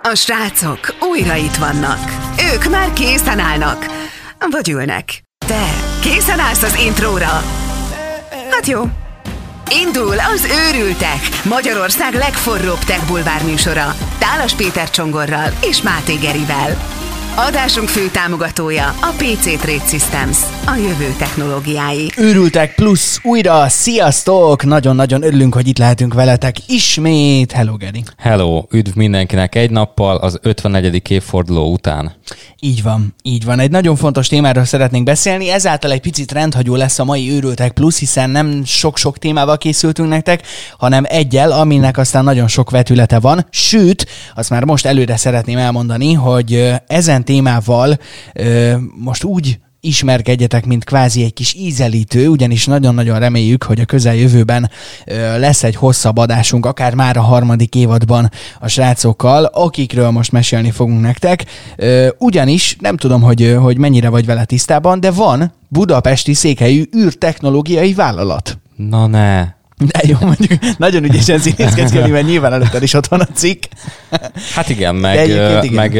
A srácok újra itt vannak. Ők már készen állnak. Vagy ülnek. Te készen állsz az intróra? Hát jó. Indul az Őrültek, Magyarország legforróbb tech bulvár műsora. Tálas Péter Csongorral és Máté Gerivel. Adásunk fő támogatója a PC Trade Systems, a jövő technológiái. Őrültek plusz újra, sziasztok! Nagyon-nagyon örülünk, hogy itt lehetünk veletek ismét. Hello, Geri! Hello! Üdv mindenkinek egy nappal az 54. évforduló után. Így van. Egy nagyon fontos témáról szeretnénk beszélni, ezáltal egy picit rendhagyó lesz a mai Őrültek plusz, hiszen nem sok-sok témával készültünk nektek, hanem egyel, aminek aztán nagyon sok vetülete van. Sőt, azt már most előre szeretném elmondani, hogy ezen témával most úgy ismerkedjetek, mint kvázi egy kis ízelítő, ugyanis nagyon-nagyon reméljük, hogy a közeljövőben lesz egy hosszabb adásunk, akár már a 3. évadban a srácokkal, akikről most mesélni fogunk nektek. Ugyanis nem tudom, hogy mennyire vagy vele tisztában, de van budapesti székhelyű űrtechnológiai vállalat. Na ne! De jó, mondjuk nagyon ügyesen színészkedsz, mert nyilván előtted is ott van a cikk. Hát igen, meg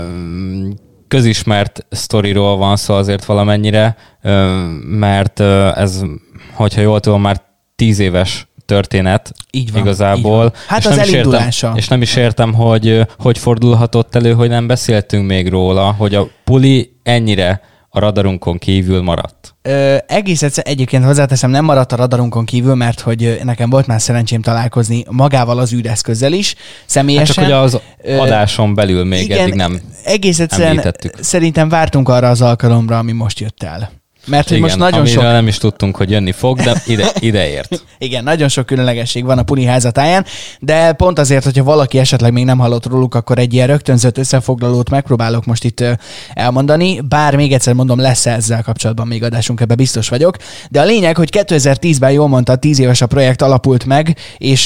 közismert sztoriról van szó azért valamennyire, mert ez, hogyha jól tudom, már 10 éves történet így van, igazából. Így van. Hát és az elindulása. És nem is értem, hogy fordulhatott elő, hogy nem beszéltünk még róla, hogy a puli ennyire a radarunkon kívül maradt. Egész egyszer egyébként hozzáteszem, nem maradt a radarunkon kívül, mert hogy nekem volt már szerencsém találkozni magával az űreszközzel is, személyesen. Hát csak, hogy az adáson belül még igen, eddig nem egész egyszerűen említettük. Szerintem vártunk arra az alkalomra, ami most jött el. Mert hogy igen, most nagyon sok... nem is tudtunk, hogy jönni fog, de ideért. Igen, nagyon sok különlegesség van a puli házatáján, de pont azért, hogyha valaki esetleg még nem hallott róluk, akkor egy ilyen rögtönzött összefoglalót megpróbálok most itt elmondani, bár még egyszer mondom, lesz ezzel kapcsolatban még adásunk, ebben biztos vagyok. De a lényeg, hogy 2010-ben jól mondta, 10 éves a projekt alapult meg, és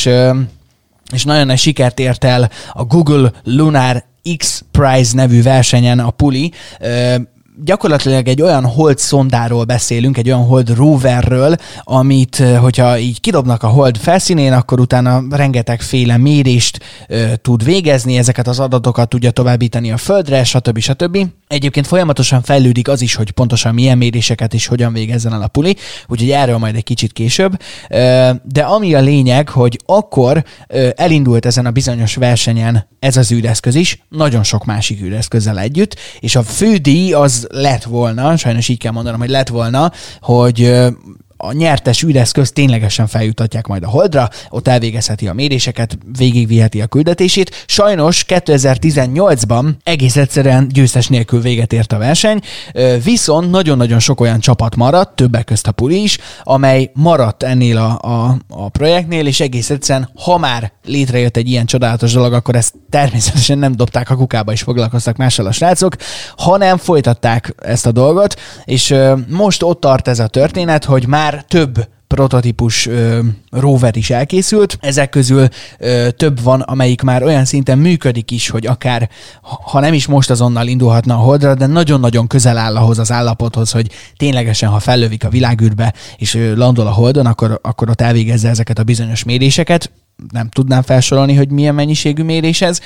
nagyon nagy sikert ért el a Google Lunar X Prize nevű versenyen a puli. Gyakorlatilag egy olyan hold szondáról beszélünk, egy olyan hold roverről, amit, hogyha így kidobnak a hold felszínén, akkor utána rengetegféle mérést tud végezni, ezeket az adatokat tudja továbbítani a Földre, stb. Egyébként folyamatosan fejlődik az is, hogy pontosan milyen méréseket és hogyan végezzen el a puli, úgyhogy erről majd egy kicsit később. De ami a lényeg, hogy akkor elindult ezen a bizonyos versenyen ez az űreszköz is, nagyon sok másik űreszközzel együtt, és a fődíj az lett volna, sajnos így kell mondanom, hogy lett volna, hogy a nyertes űreszközt ténylegesen feljutatják majd a Holdra, ott elvégezheti a méréseket, végigviheti a küldetését. Sajnos 2018-ban egész egyszerűen győztes nélkül véget ért a verseny, viszont nagyon-nagyon sok olyan csapat maradt, többek közt a puli is, amely maradt ennél a projektnél, és egész egyszerűen, ha már létrejött egy ilyen csodálatos dolog, akkor ezt természetesen nem dobták a kukába és foglalkoztak mással a srácok, hanem folytatták ezt a dolgot, és most ott tart ez a történet, hogy már több prototípus rover is elkészült. Ezek közül több van, amelyik már olyan szinten működik is, hogy akár, ha nem is most azonnal indulhatna a Holdra, de nagyon-nagyon közel áll ahhoz az állapothoz, hogy ténylegesen, ha fellövik a világűrbe és landol a Holdon, akkor ott elvégezze ezeket a bizonyos méréseket. Nem tudnám felsorolni, hogy milyen mennyiségű mérés ez.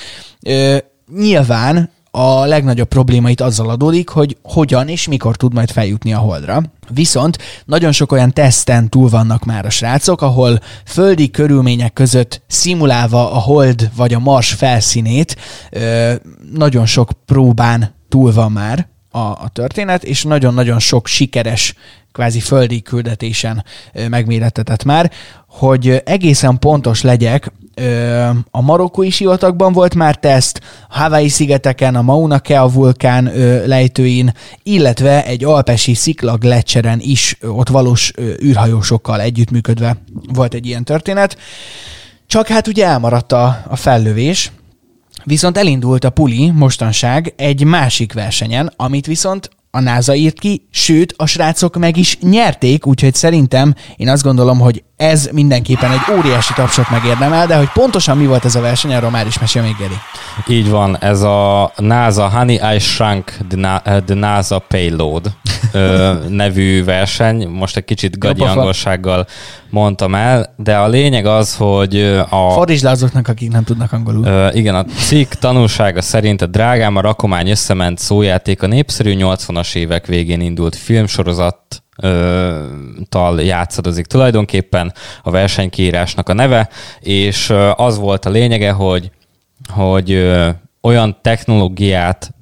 Nyilván a legnagyobb probléma itt azzal adódik, hogy hogyan és mikor tud majd feljutni a Holdra. Viszont nagyon sok olyan teszten túl vannak már a srácok, ahol földi körülmények között szimulálva a Hold vagy a Mars felszínét, nagyon sok próbán túl van már a történet, és nagyon-nagyon sok sikeres kvázi földi küldetésen megmérettetett már. Hogy egészen pontos legyek, a marokkói sivatagban volt már teszt, Hawaii-szigeteken, a Mauna Kea vulkán lejtőin, illetve egy alpesi sziklagletszeren is ott valós űrhajósokkal együttműködve volt egy ilyen történet. Csak hát ugye elmaradt a fellövés, viszont elindult a puli mostanság egy másik versenyen, amit viszont a NASA írt ki, sőt, a srácok meg is nyerték, úgyhogy szerintem én azt gondolom, hogy ez mindenképpen egy óriási tapsot megérdemel, de hogy pontosan mi volt ez a verseny, arról már is mesél még Geri. Így van, ez a NASA Honey, I Shrunk the NASA Payload. nevű verseny. Most egy kicsit gagyi angolsággal mondtam el, de a lényeg az, hogy fordítsd le azoknak, akik nem tudnak angolul. Igen, a cikk tanulsága szerint a Drágám a rakomány összement szójáték a népszerű 80-as évek végén indult filmsorozat tal játszadozik tulajdonképpen a versenykiírásnak a neve, és az volt a lényege, hogy olyan technológiát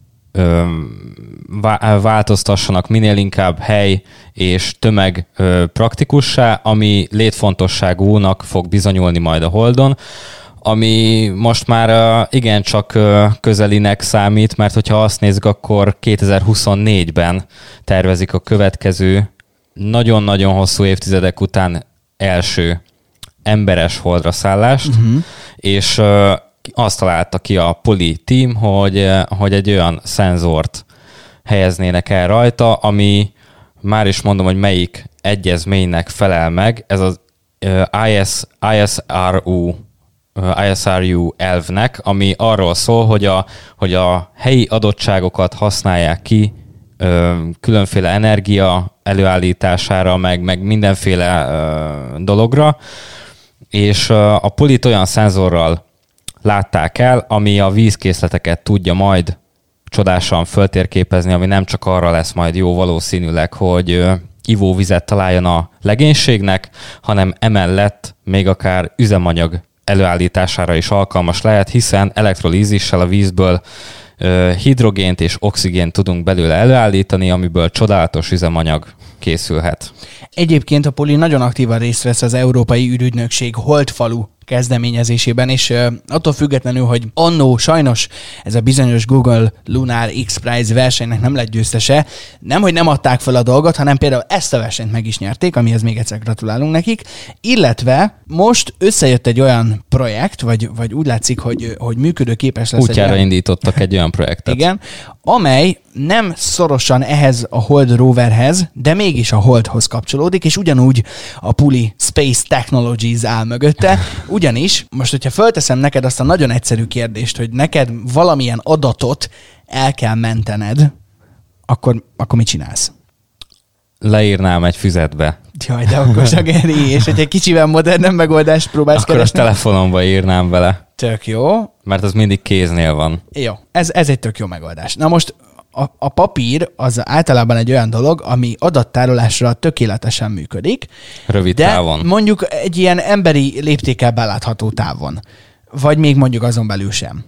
változtassanak minél inkább hely és tömeg praktikussá, ami létfontosságúnak fog bizonyulni majd a Holdon, ami most már igencsak közelinek számít, mert hogyha azt nézzük, akkor 2024-ben tervezik a következő nagyon-nagyon hosszú évtizedek után első emberes holdra szállást, és azt találta ki a Poly team, hogy egy olyan szenzort helyeznének el rajta, ami már is mondom, hogy melyik egyezménynek felel meg, ez az ISRU elvnek, ami arról szól, hogy a helyi adottságokat használják ki különféle energia előállítására, meg mindenféle dologra, és a Polyt olyan szenzorral látták el, ami a vízkészleteket tudja majd csodásan föltérképezni, ami nem csak arra lesz majd jó valószínűleg, hogy ivóvizet találjon a legénységnek, hanem emellett még akár üzemanyag előállítására is alkalmas lehet, hiszen elektrolízissel a vízből hidrogént és oxigént tudunk belőle előállítani, amiből csodálatos üzemanyag készülhet. Egyébként a Poly nagyon aktívan részt vesz az Európai Ürügynökség Holdfalu kezdeményezésében, és attól függetlenül, hogy annó sajnos ez a bizonyos Google Lunar X Prize versenynek nem lett győztese, nemhogy nem adták fel a dolgot, hanem például ezt a versenyt meg is nyerték, amihez még egyszer gratulálunk nekik, illetve most összejött egy olyan projekt, vagy úgy látszik, hogy működőképes lesz. Útjára indítottak egy olyan projektet. Igen, amely nem szorosan ehhez a Hold roverhez, de mégis a Holdhoz kapcsolódik, és ugyanúgy a Poly Space Technologies áll mögötte, ugyanis, most hogyha fölteszem neked azt a nagyon egyszerű kérdést, hogy neked valamilyen adatot el kell mentened, akkor mit csinálsz? Leírnám egy füzetbe. Jaj, de okos a Geri, és hogy egy kicsivel modernebb megoldást próbálsz akkor keresni? Akkor a telefonomba írnám vele. Tök jó. Mert az mindig kéznél van. Jó, ez egy tök jó megoldás. Na most a papír az általában egy olyan dolog, ami adattárolásra tökéletesen működik. Rövid távon. De mondjuk egy ilyen emberi léptékkel belátható távon. Vagy még mondjuk azon belül sem.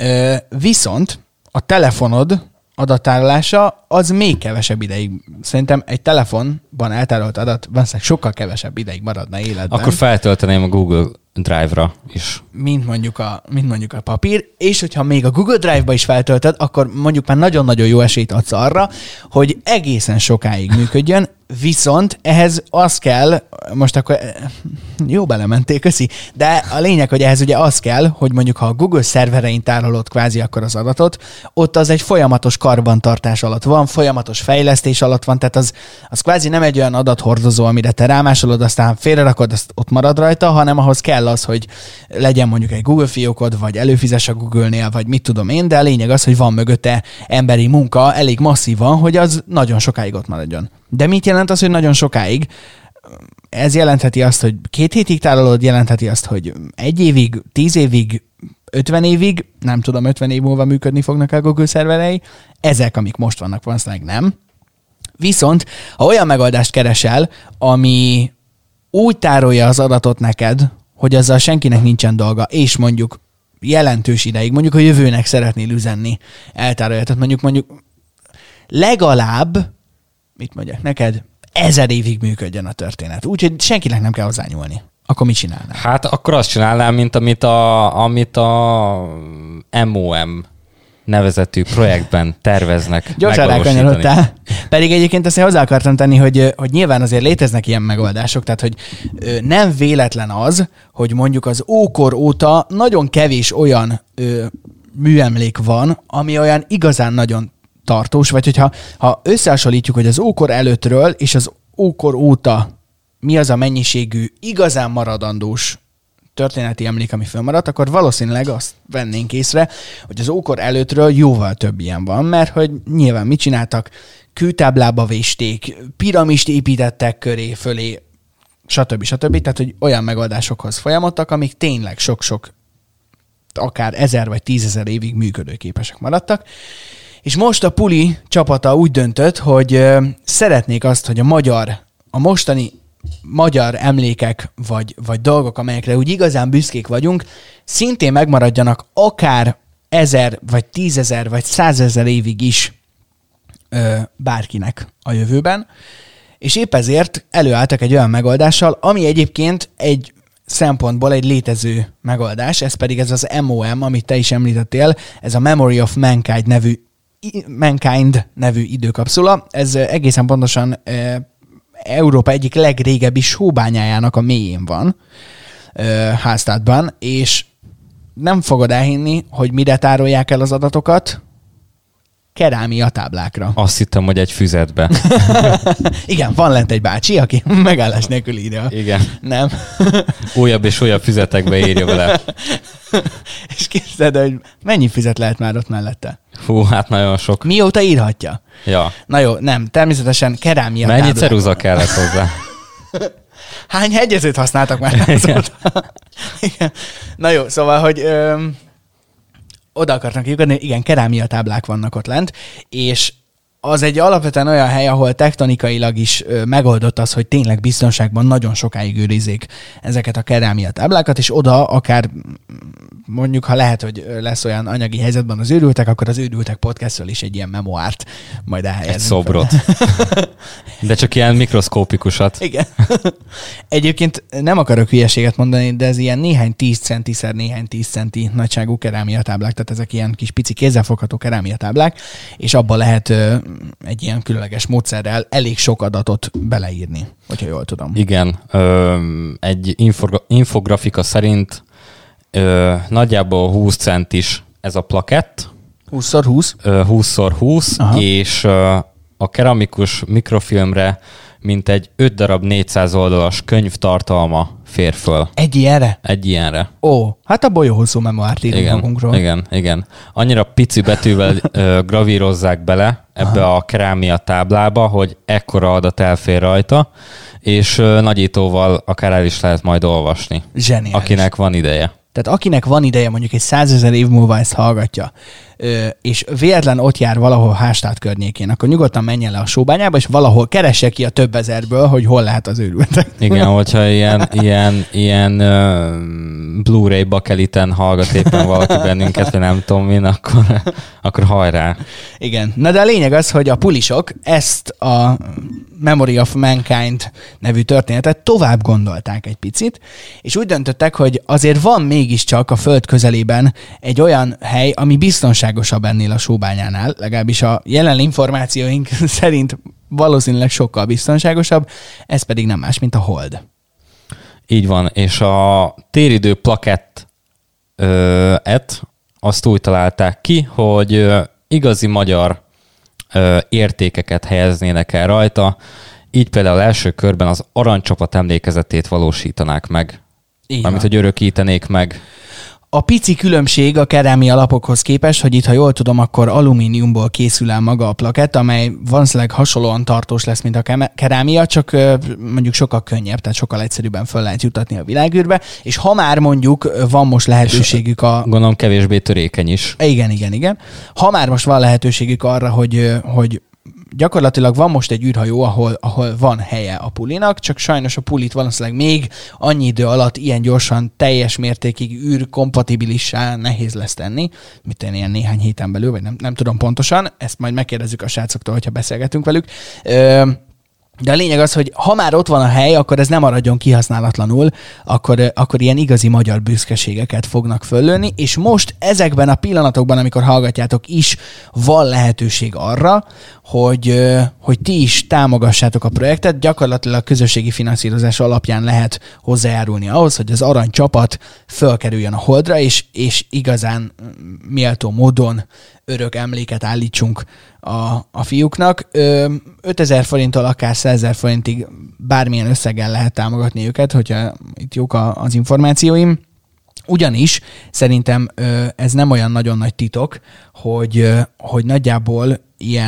Viszont a telefonod adattárolása az még kevesebb ideig. Szerintem egy telefonban eltárolt adat valószínűleg sokkal kevesebb ideig maradna életben. Akkor feltölteném a Google Drive-ra is. Mint mondjuk a papír, és hogyha még a Google Drive-ba is feltöltöd, akkor mondjuk már nagyon-nagyon jó esélyt adsz arra, hogy egészen sokáig működjön, viszont ehhez az kell, most akkor jó belementél, köszi, de a lényeg, hogy ehhez ugye az kell, hogy mondjuk ha a Google szerverein tárolod kvázi akkor az adatot, ott az egy folyamatos karbantartás alatt van, folyamatos fejlesztés alatt van, tehát az kvázi nem egy olyan adathordozó, amire te rámásolod, aztán félrerakod, azt ott marad rajta, hanem ahhoz kell az, hogy legyen mondjuk egy Google fiókod, vagy előfizess a Google-nél, vagy mit tudom én, de a lényeg az, hogy van mögötte emberi munka elég masszívan, hogy az nagyon sokáig ott maradjon. De mit jelent az, hogy nagyon sokáig? Ez jelentheti azt, hogy 2 hétig tárolod, jelentheti azt, hogy 1 évig, 10 évig, 50 évig, nem tudom, 50 év múlva működni fognak a Google szerverei. Ezek, amik most vannak, valószínűleg nem. Viszont, ha olyan megoldást keresel, ami úgy tárolja az adatot neked, hogy azzal senkinek nincsen dolga, és mondjuk jelentős ideig, mondjuk a jövőnek szeretnél üzenni, eltárolja. Tehát mondjuk legalább, mit mondjak neked, 1000 évig működjön a történet. Úgyhogy senkinek nem kell hozzányúlni. Akkor mit csinálnál? Hát akkor azt csinálnám, mint amit a MOM nevezetű projektben terveznek gyorsan megvalósítani. rákanyarodtál. Pedig egyébként ezt hozzá akartam tenni, hogy nyilván azért léteznek ilyen megoldások, tehát hogy nem véletlen az, hogy mondjuk az ókor óta nagyon kevés olyan műemlék van, ami olyan igazán nagyon tartós, vagy hogyha összehasonlítjuk, hogy az ókor előttről és az ókor óta mi az a mennyiségű igazán maradandós történeti emlék, ami fölmaradt, akkor valószínűleg azt vennénk észre, hogy az ókor előttről jóval több ilyen van, mert hogy nyilván mit csináltak? kőtáblába vésték, piramist építettek fölé, stb. Tehát, hogy olyan megoldásokhoz folyamodtak, amik tényleg sok-sok, akár 1000 vagy 10 000 évig működőképesek maradtak. És most a Puli csapata úgy döntött, hogy szeretnék azt, hogy a mostani magyar emlékek, vagy dolgok, amelyekre úgy igazán büszkék vagyunk, szintén megmaradjanak akár 1000, vagy 10 000, vagy 100 000 évig is bárkinek a jövőben. És épp ezért előálltak egy olyan megoldással, ami egyébként egy szempontból egy létező megoldás, ez pedig ez az MOM, amit te is említettél, ez a Memory of Mankind nevű időkapszula. Ez egészen pontosan Európa egyik legrégebbi sóbányájának a mélyén van, Hallstattban, és nem fogod elhinni, hogy mire tárolják el az adatokat? Kerámia táblákra. Azt hittem, hogy egy füzetbe. Igen, van lent egy bácsi, aki megállás nélkül írja. Igen. Nem. Újabb és újabb füzetekbe írja vele. És képzeld, hogy mennyi füzet lehet már ott mellette? Hú, hát nagyon sok. Mióta írhatja? Ja. Na jó, nem, természetesen kerámia Mennyi táblák. ceruza kellett hozzá? Hány hegyezőt használtak már azóta? Igen. Na jó, szóval, hogy oda akartam kiukadni, igen, kerámia táblák vannak ott lent, és az egy alapvetően olyan hely, ahol tektonikailag is megoldott az, hogy tényleg biztonságban nagyon sokáig őrizzék ezeket a kerámia táblákat, és oda akár mondjuk, ha lehet, hogy lesz olyan anyagi helyzetben az őrültek, akkor az őrültek podcastről is egy ilyen memoárt majd elhelyezünk. Egy szobrot. De csak ilyen mikroszkópikusat. Igen. Egyébként nem akarok hülyeséget mondani, de ez ilyen néhány 10 centiszer néhány 10 centi nagyságú kerámia táblák, tehát ezek ilyen kis pici kézzelfogható kerámia táblák, és abba lehet egy ilyen különleges módszerrel elég sok adatot beleírni, hogyha jól tudom. Igen. Egy infografika szerint nagyjából 20 centis ez a plakett. 20x20? 20x20, aha. És a keramikus mikrofilmre mintegy 5 darab 400 oldalas könyv tartalma fér föl. Egy ilyenre? Egy ilyenre. Ó, hát abból jó hosszú memoárt írunk magunkról. Igen. Annyira pici betűvel gravírozzák bele ebbe a kerámia táblába, hogy ekkora adat elfér rajta, és nagyítóval akár el is lehet majd olvasni. Zseniális. Akinek van ideje. Tehát akinek van ideje, mondjuk egy 100 000 év múlva ezt hallgatja, és véletlen ott jár valahol Hallstatt környékén, akkor nyugodtan menjen le a sóbányába, és valahol keresse ki a több ezerből, hogy hol lehet az őrültek. Igen, hogyha ilyen Blu-ray bakeliten hallgat éppen valaki bennünket, vagy nem tudom min, akkor hajrá. Igen. Na de a lényeg az, hogy a pulisok ezt a Memory of Mankind nevű történetet tovább gondolták egy picit, és úgy döntöttek, hogy azért van mégiscsak a Föld közelében egy olyan hely, ami biztonságosabb ennél a sóbányánál, legalábbis a jelen információink szerint valószínűleg sokkal biztonságosabb, ez pedig nem más, mint a Hold. Így van, és a téridő plakett azt úgy találták ki, hogy igazi magyar értékeket helyeznének el rajta, így például első körben az aranycsapat emlékezetét valósítanák meg. Amit, hogy örökítenék meg. A pici különbség a kerámia lapokhoz képest, hogy itt, ha jól tudom, akkor alumíniumból készül el maga a plakett, amely valószínűleg hasonlóan tartós lesz, mint a kerámia, csak mondjuk sokkal könnyebb, tehát sokkal egyszerűbben föl lehet jutatni a világűrbe, és ha már mondjuk van most lehetőségük Gondolom kevésbé törékeny is. Igen. Ha már most van lehetőségük arra, hogy gyakorlatilag van most egy űrhajó, ahol van helye a pulinak, csak sajnos a pulit valószínűleg még annyi idő alatt ilyen gyorsan, teljes mértékig űrkompatibilissá nehéz lesz tenni, mint ilyen néhány héten belül, vagy nem tudom pontosan, ezt majd megkérdezzük a srácoktól, hogyha beszélgetünk velük. De a lényeg az, hogy ha már ott van a hely, akkor ez nem maradjon kihasználatlanul, akkor ilyen igazi magyar büszkeségeket fognak föllőni, és most ezekben a pillanatokban, amikor hallgatjátok is, van lehetőség arra, hogy ti is támogassátok a projektet, gyakorlatilag közösségi finanszírozás alapján lehet hozzájárulni ahhoz, hogy az aranycsapat fölkerüljön a Holdra, és igazán méltó módon örök emléket állítsunk a fiúknak. 5000 forinttól akár 100 000 forintig bármilyen összeggel lehet támogatni őket, hogyha itt jók az információim. Ugyanis szerintem ez nem olyan nagyon nagy titok, hogy nagyjából ilyen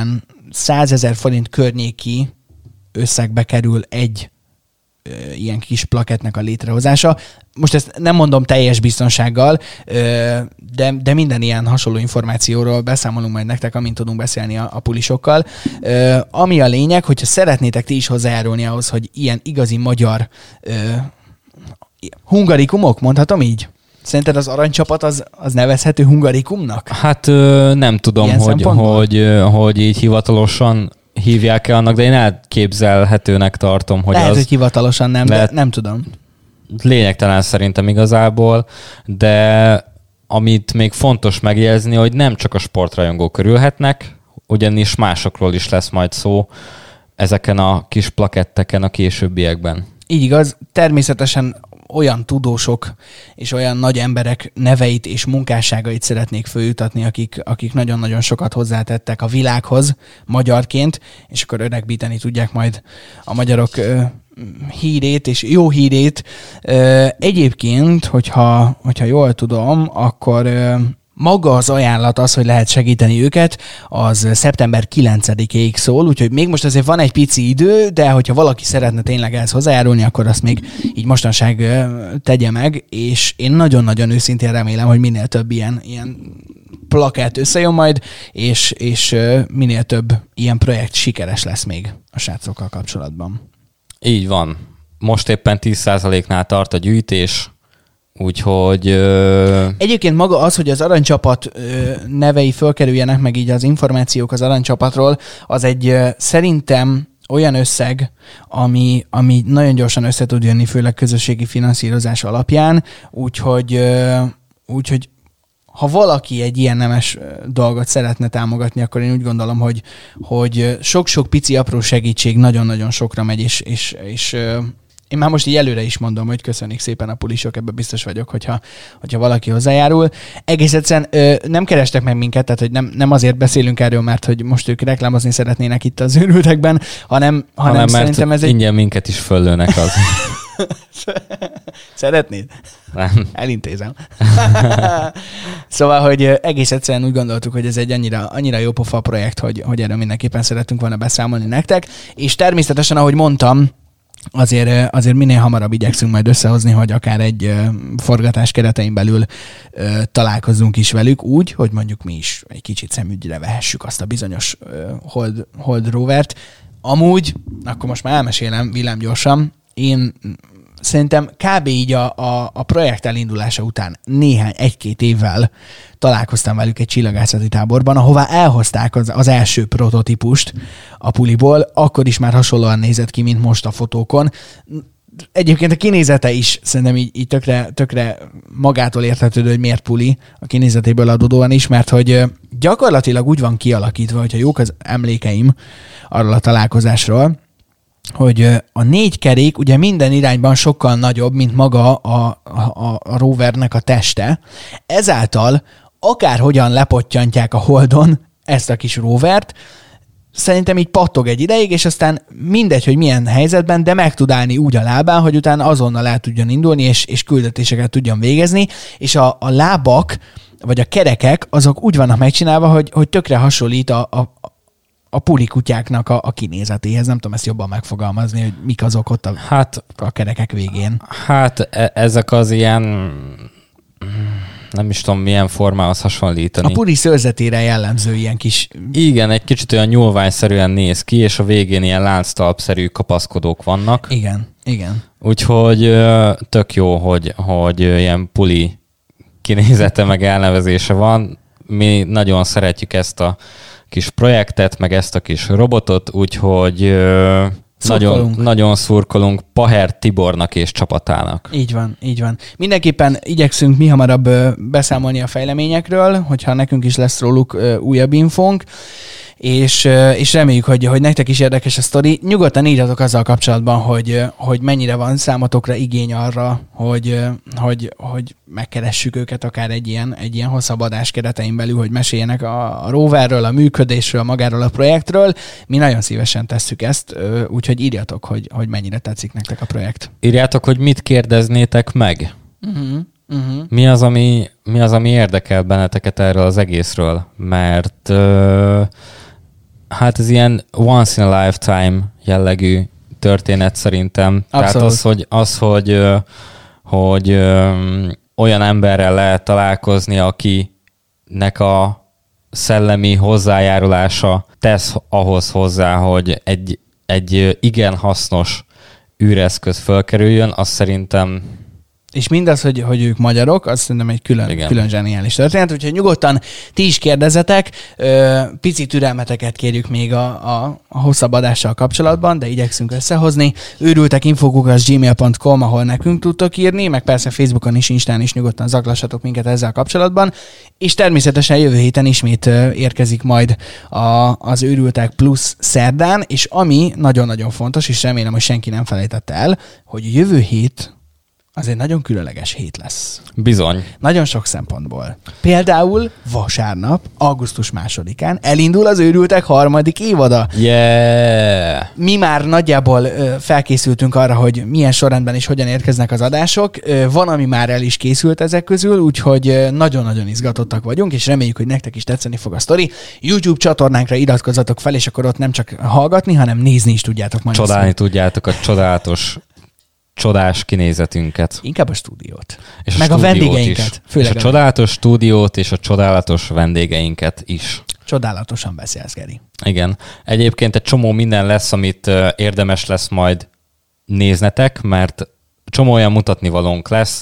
100 000 forint környéki összegbe kerül egy ilyen kis plakettnek a létrehozása. Most ezt nem mondom teljes biztonsággal, de minden ilyen hasonló információról beszámolunk majd nektek, amint tudunk beszélni a pulisokkal. Ami a lényeg, hogyha szeretnétek ti is hozzájárulni ahhoz, hogy ilyen igazi magyar hungarikumok, mondhatom így? Szerinted az aranycsapat az nevezhető hungarikumnak? Hát nem tudom, hogy így hivatalosan hívják-e annak, de én elképzelhetőnek tartom, hogy lehet, az... hogy hivatalosan nem, de nem tudom. Lényegtelen szerintem igazából, de amit még fontos megjegyezni, hogy nem csak a sportrajongók örülhetnek, ugyanis másokról is lesz majd szó ezeken a kis plaketteken a későbbiekben. Így igaz, természetesen olyan tudósok és olyan nagy emberek neveit és munkásságait szeretnék följutatni, akik nagyon-nagyon sokat hozzátettek a világhoz magyarként, és akkor öregbíteni tudják majd a magyarok hírét és jó hírét. Egyébként, hogyha jól tudom, akkor maga az ajánlat az, hogy lehet segíteni őket, az szeptember 9-ig szól, úgyhogy még most azért van egy pici idő, de hogyha valaki szeretne tényleg ehhez hozzájárulni, akkor azt még így mostanság tegye meg, és én nagyon-nagyon őszintén remélem, hogy minél több ilyen plakát összejön majd, és minél több ilyen projekt sikeres lesz még a srácokkal kapcsolatban. Így van. Most éppen 10%-nál tart a gyűjtés, úgyhogy... Egyébként maga az, hogy az aranycsapat nevei fölkerüljenek, meg így az információk az aranycsapatról, az egy szerintem olyan összeg, ami nagyon gyorsan össze tud jönni, főleg közösségi finanszírozás alapján, úgyhogy ha valaki egy ilyen nemes dolgot szeretne támogatni, akkor én úgy gondolom, hogy sok-sok pici apró segítség nagyon-nagyon sokra megy, és én már most így előre is mondom, hogy köszönjük szépen a pulisok, ebben biztos vagyok, hogyha valaki hozzájárul. Egész egyszerűen nem kerestek meg minket, tehát hogy nem azért beszélünk erről, mert hogy most ők reklámozni szeretnének itt az őrültekben, hanem szerintem ez egy... ingyen minket is föllőnek az. Szeretnéd? Nem. Elintézem. Szóval, hogy egész egyszerűen úgy gondoltuk, hogy ez egy annyira jó pofa projekt, hogy erről mindenképpen szeretünk volna beszámolni nektek, és természetesen, ahogy mondtam, azért minél hamarabb igyekszünk majd összehozni, hogy akár egy forgatás keretein belül találkozzunk is velük úgy, hogy mondjuk mi is egy kicsit szemügyre vehessük azt a bizonyos Hold rovert. Amúgy, akkor most már elmesélem villámgyorsan, én szerintem kb. Így a projekt elindulása után egy-két évvel találkoztam velük egy csillagászati táborban, ahová elhozták az első prototípust a puliból, akkor is már hasonlóan nézett ki, mint most a fotókon. Egyébként a kinézete is szerintem így tökre magától értetődő, hogy miért puli, a kinézetéből adódóan is, mert hogy gyakorlatilag úgy van kialakítva, hogyha jók az emlékeim arról a találkozásról, hogy a 4 kerék ugye minden irányban sokkal nagyobb, mint maga a rovernek a teste. Ezáltal akárhogyan lepottyantják a Holdon ezt a kis rovert, szerintem így pattog egy ideig, és aztán mindegy, hogy milyen helyzetben, de meg tud állni úgy a lábán, hogy utána azonnal el tudjon indulni, és küldetéseket tudjon végezni, és a lábak, vagy a kerekek, azok úgy vannak megcsinálva, hogy tökre hasonlít a pulikutyáknak a kinézetéhez. Nem tudom ezt jobban megfogalmazni, hogy mik azok ott a kerekek végén. Hát ezek az ilyen, nem is tudom milyen formához hasonlítani. A puli szőrzetére jellemző ilyen kis... Igen, egy kicsit olyan nyúlványszerűen néz ki, és a végén ilyen lánctalpszerű kapaszkodók vannak. Igen. Úgyhogy tök jó, hogy ilyen puli kinézete meg elnevezése van. Mi nagyon szeretjük ezt a kis projektet, meg ezt a kis robotot, úgyhogy nagyon szurkolunk Paher Tibornak és csapatának. Így van. Mindenképpen igyekszünk mi hamarabb beszámolni a fejleményekről, hogyha nekünk is lesz róluk újabb infónk, és reméljük, hogy nektek is érdekes a sztori. Nyugodtan írjatok azzal kapcsolatban, hogy mennyire van számotokra igény arra, hogy megkeressük őket akár egy ilyen hosszabb adás keretein belül, hogy meséljenek a roverről, a működésről, magáról a projektről. Mi nagyon szívesen tesszük ezt, úgyhogy írjatok, hogy mennyire tetszik nektek a projekt. Írjátok, hogy mit kérdeznétek meg. Mi az, ami érdekel benneteket erről az egészről? Mert Hát ez ilyen once in a lifetime jellegű történet szerintem. Abszolút. Tehát hogy olyan emberrel lehet találkozni, akinek a szellemi hozzájárulása tesz ahhoz hozzá, hogy egy igen hasznos űreszköz fölkerüljön, az szerintem... És mindaz, hogy ők magyarok, az szerintem egy külön zseniális történet, úgyhogy nyugodtan ti is kérdezzetek, pici türelmeteket kérjük még a hosszabb adással kapcsolatban, de igyekszünk összehozni. őrültekinfo@gmail.com, ahol nekünk tudtok írni, meg persze Facebookon is, Instán is nyugodtan zaklassatok minket ezzel kapcsolatban, és természetesen jövő héten ismét érkezik majd az Őrültek Plus szerdán, és ami nagyon-nagyon fontos, és remélem, hogy senki nem felejtette el, hogy jövő hét az egy nagyon különleges hét lesz. Bizony. Nagyon sok szempontból. Például vasárnap, augusztus 2-án elindul az Őrültek 3. évada. Yeah! Mi már nagyjából felkészültünk arra, hogy milyen sorrendben és hogyan érkeznek az adások. Van, ami már el is készült ezek közül, úgyhogy nagyon-nagyon izgatottak vagyunk, és reméljük, hogy nektek is tetszeni fog a sztori. YouTube csatornánkra iratkozzatok fel, és akkor ott nem csak hallgatni, hanem nézni is tudjátok majd. Csodálni tudjátok a csodás kinézetünket. Inkább a stúdiót. És meg a vendégeinket. És a csodálatos stúdiót és a csodálatos vendégeinket is. Csodálatosan beszélsz, Geri. Igen. Egyébként egy csomó minden lesz, amit érdemes lesz majd néznetek, mert csomó olyan mutatnivalónk lesz,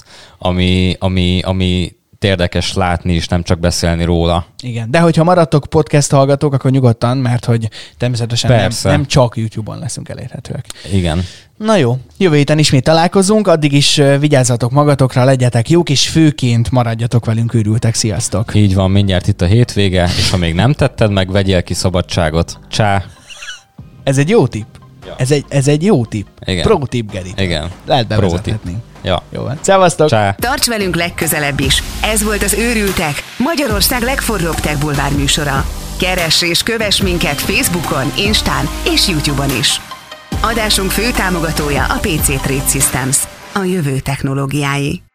ami érdekes látni is, nem csak beszélni róla. Igen, de hogyha maradtok podcast hallgatók, akkor nyugodtan, mert hogy természetesen nem csak YouTube-on leszünk elérhetőek. Igen. Na jó, jövő héten ismét találkozunk, addig is vigyázzatok magatokra, legyetek jók, és főként maradjatok velünk, őrültek, sziasztok! Így van, mindjárt itt a hétvége, és ha még nem tetted meg, vegyél ki szabadságot. Csá! Ez egy jó tipp. Ja. Ez egy jó tipp. Igen. Pro tipp, Geri. Igen. Lehet bevezethetni. Ja. Jó van. Szevasztok! Csá! Tarts velünk legközelebb is. Ez volt az Őrültek, Magyarország legforróbb tech bulvár műsora. Keress és kövess minket Facebookon, Instán és YouTube-on is. Adásunk fő támogatója a PC Trade Systems, a jövő technológiái.